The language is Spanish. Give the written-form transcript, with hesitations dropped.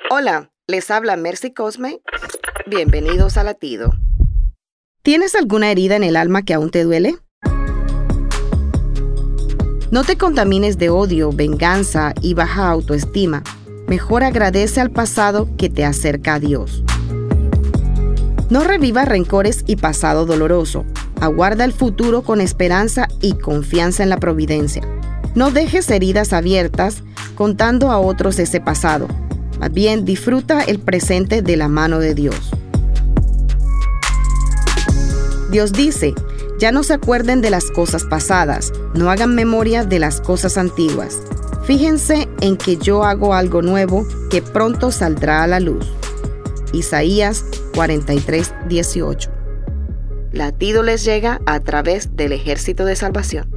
Hola, les habla Mercy Cosme. Bienvenidos a Latido. ¿Tienes alguna herida en el alma que aún te duele? No te contamines de odio, venganza y baja autoestima. Mejor agradece al pasado que te acerca a Dios. No revivas rencores y pasado doloroso. Aguarda el futuro con esperanza y confianza en la providencia. No dejes heridas abiertas contando a otros ese pasado. Más bien, disfruta el presente de la mano de Dios. Dios dice, ya no se acuerden de las cosas pasadas, no hagan memoria de las cosas antiguas. Fíjense en que yo hago algo nuevo que pronto saldrá a la luz. Isaías 43:18. Latido les llega a través del Ejército de Salvación.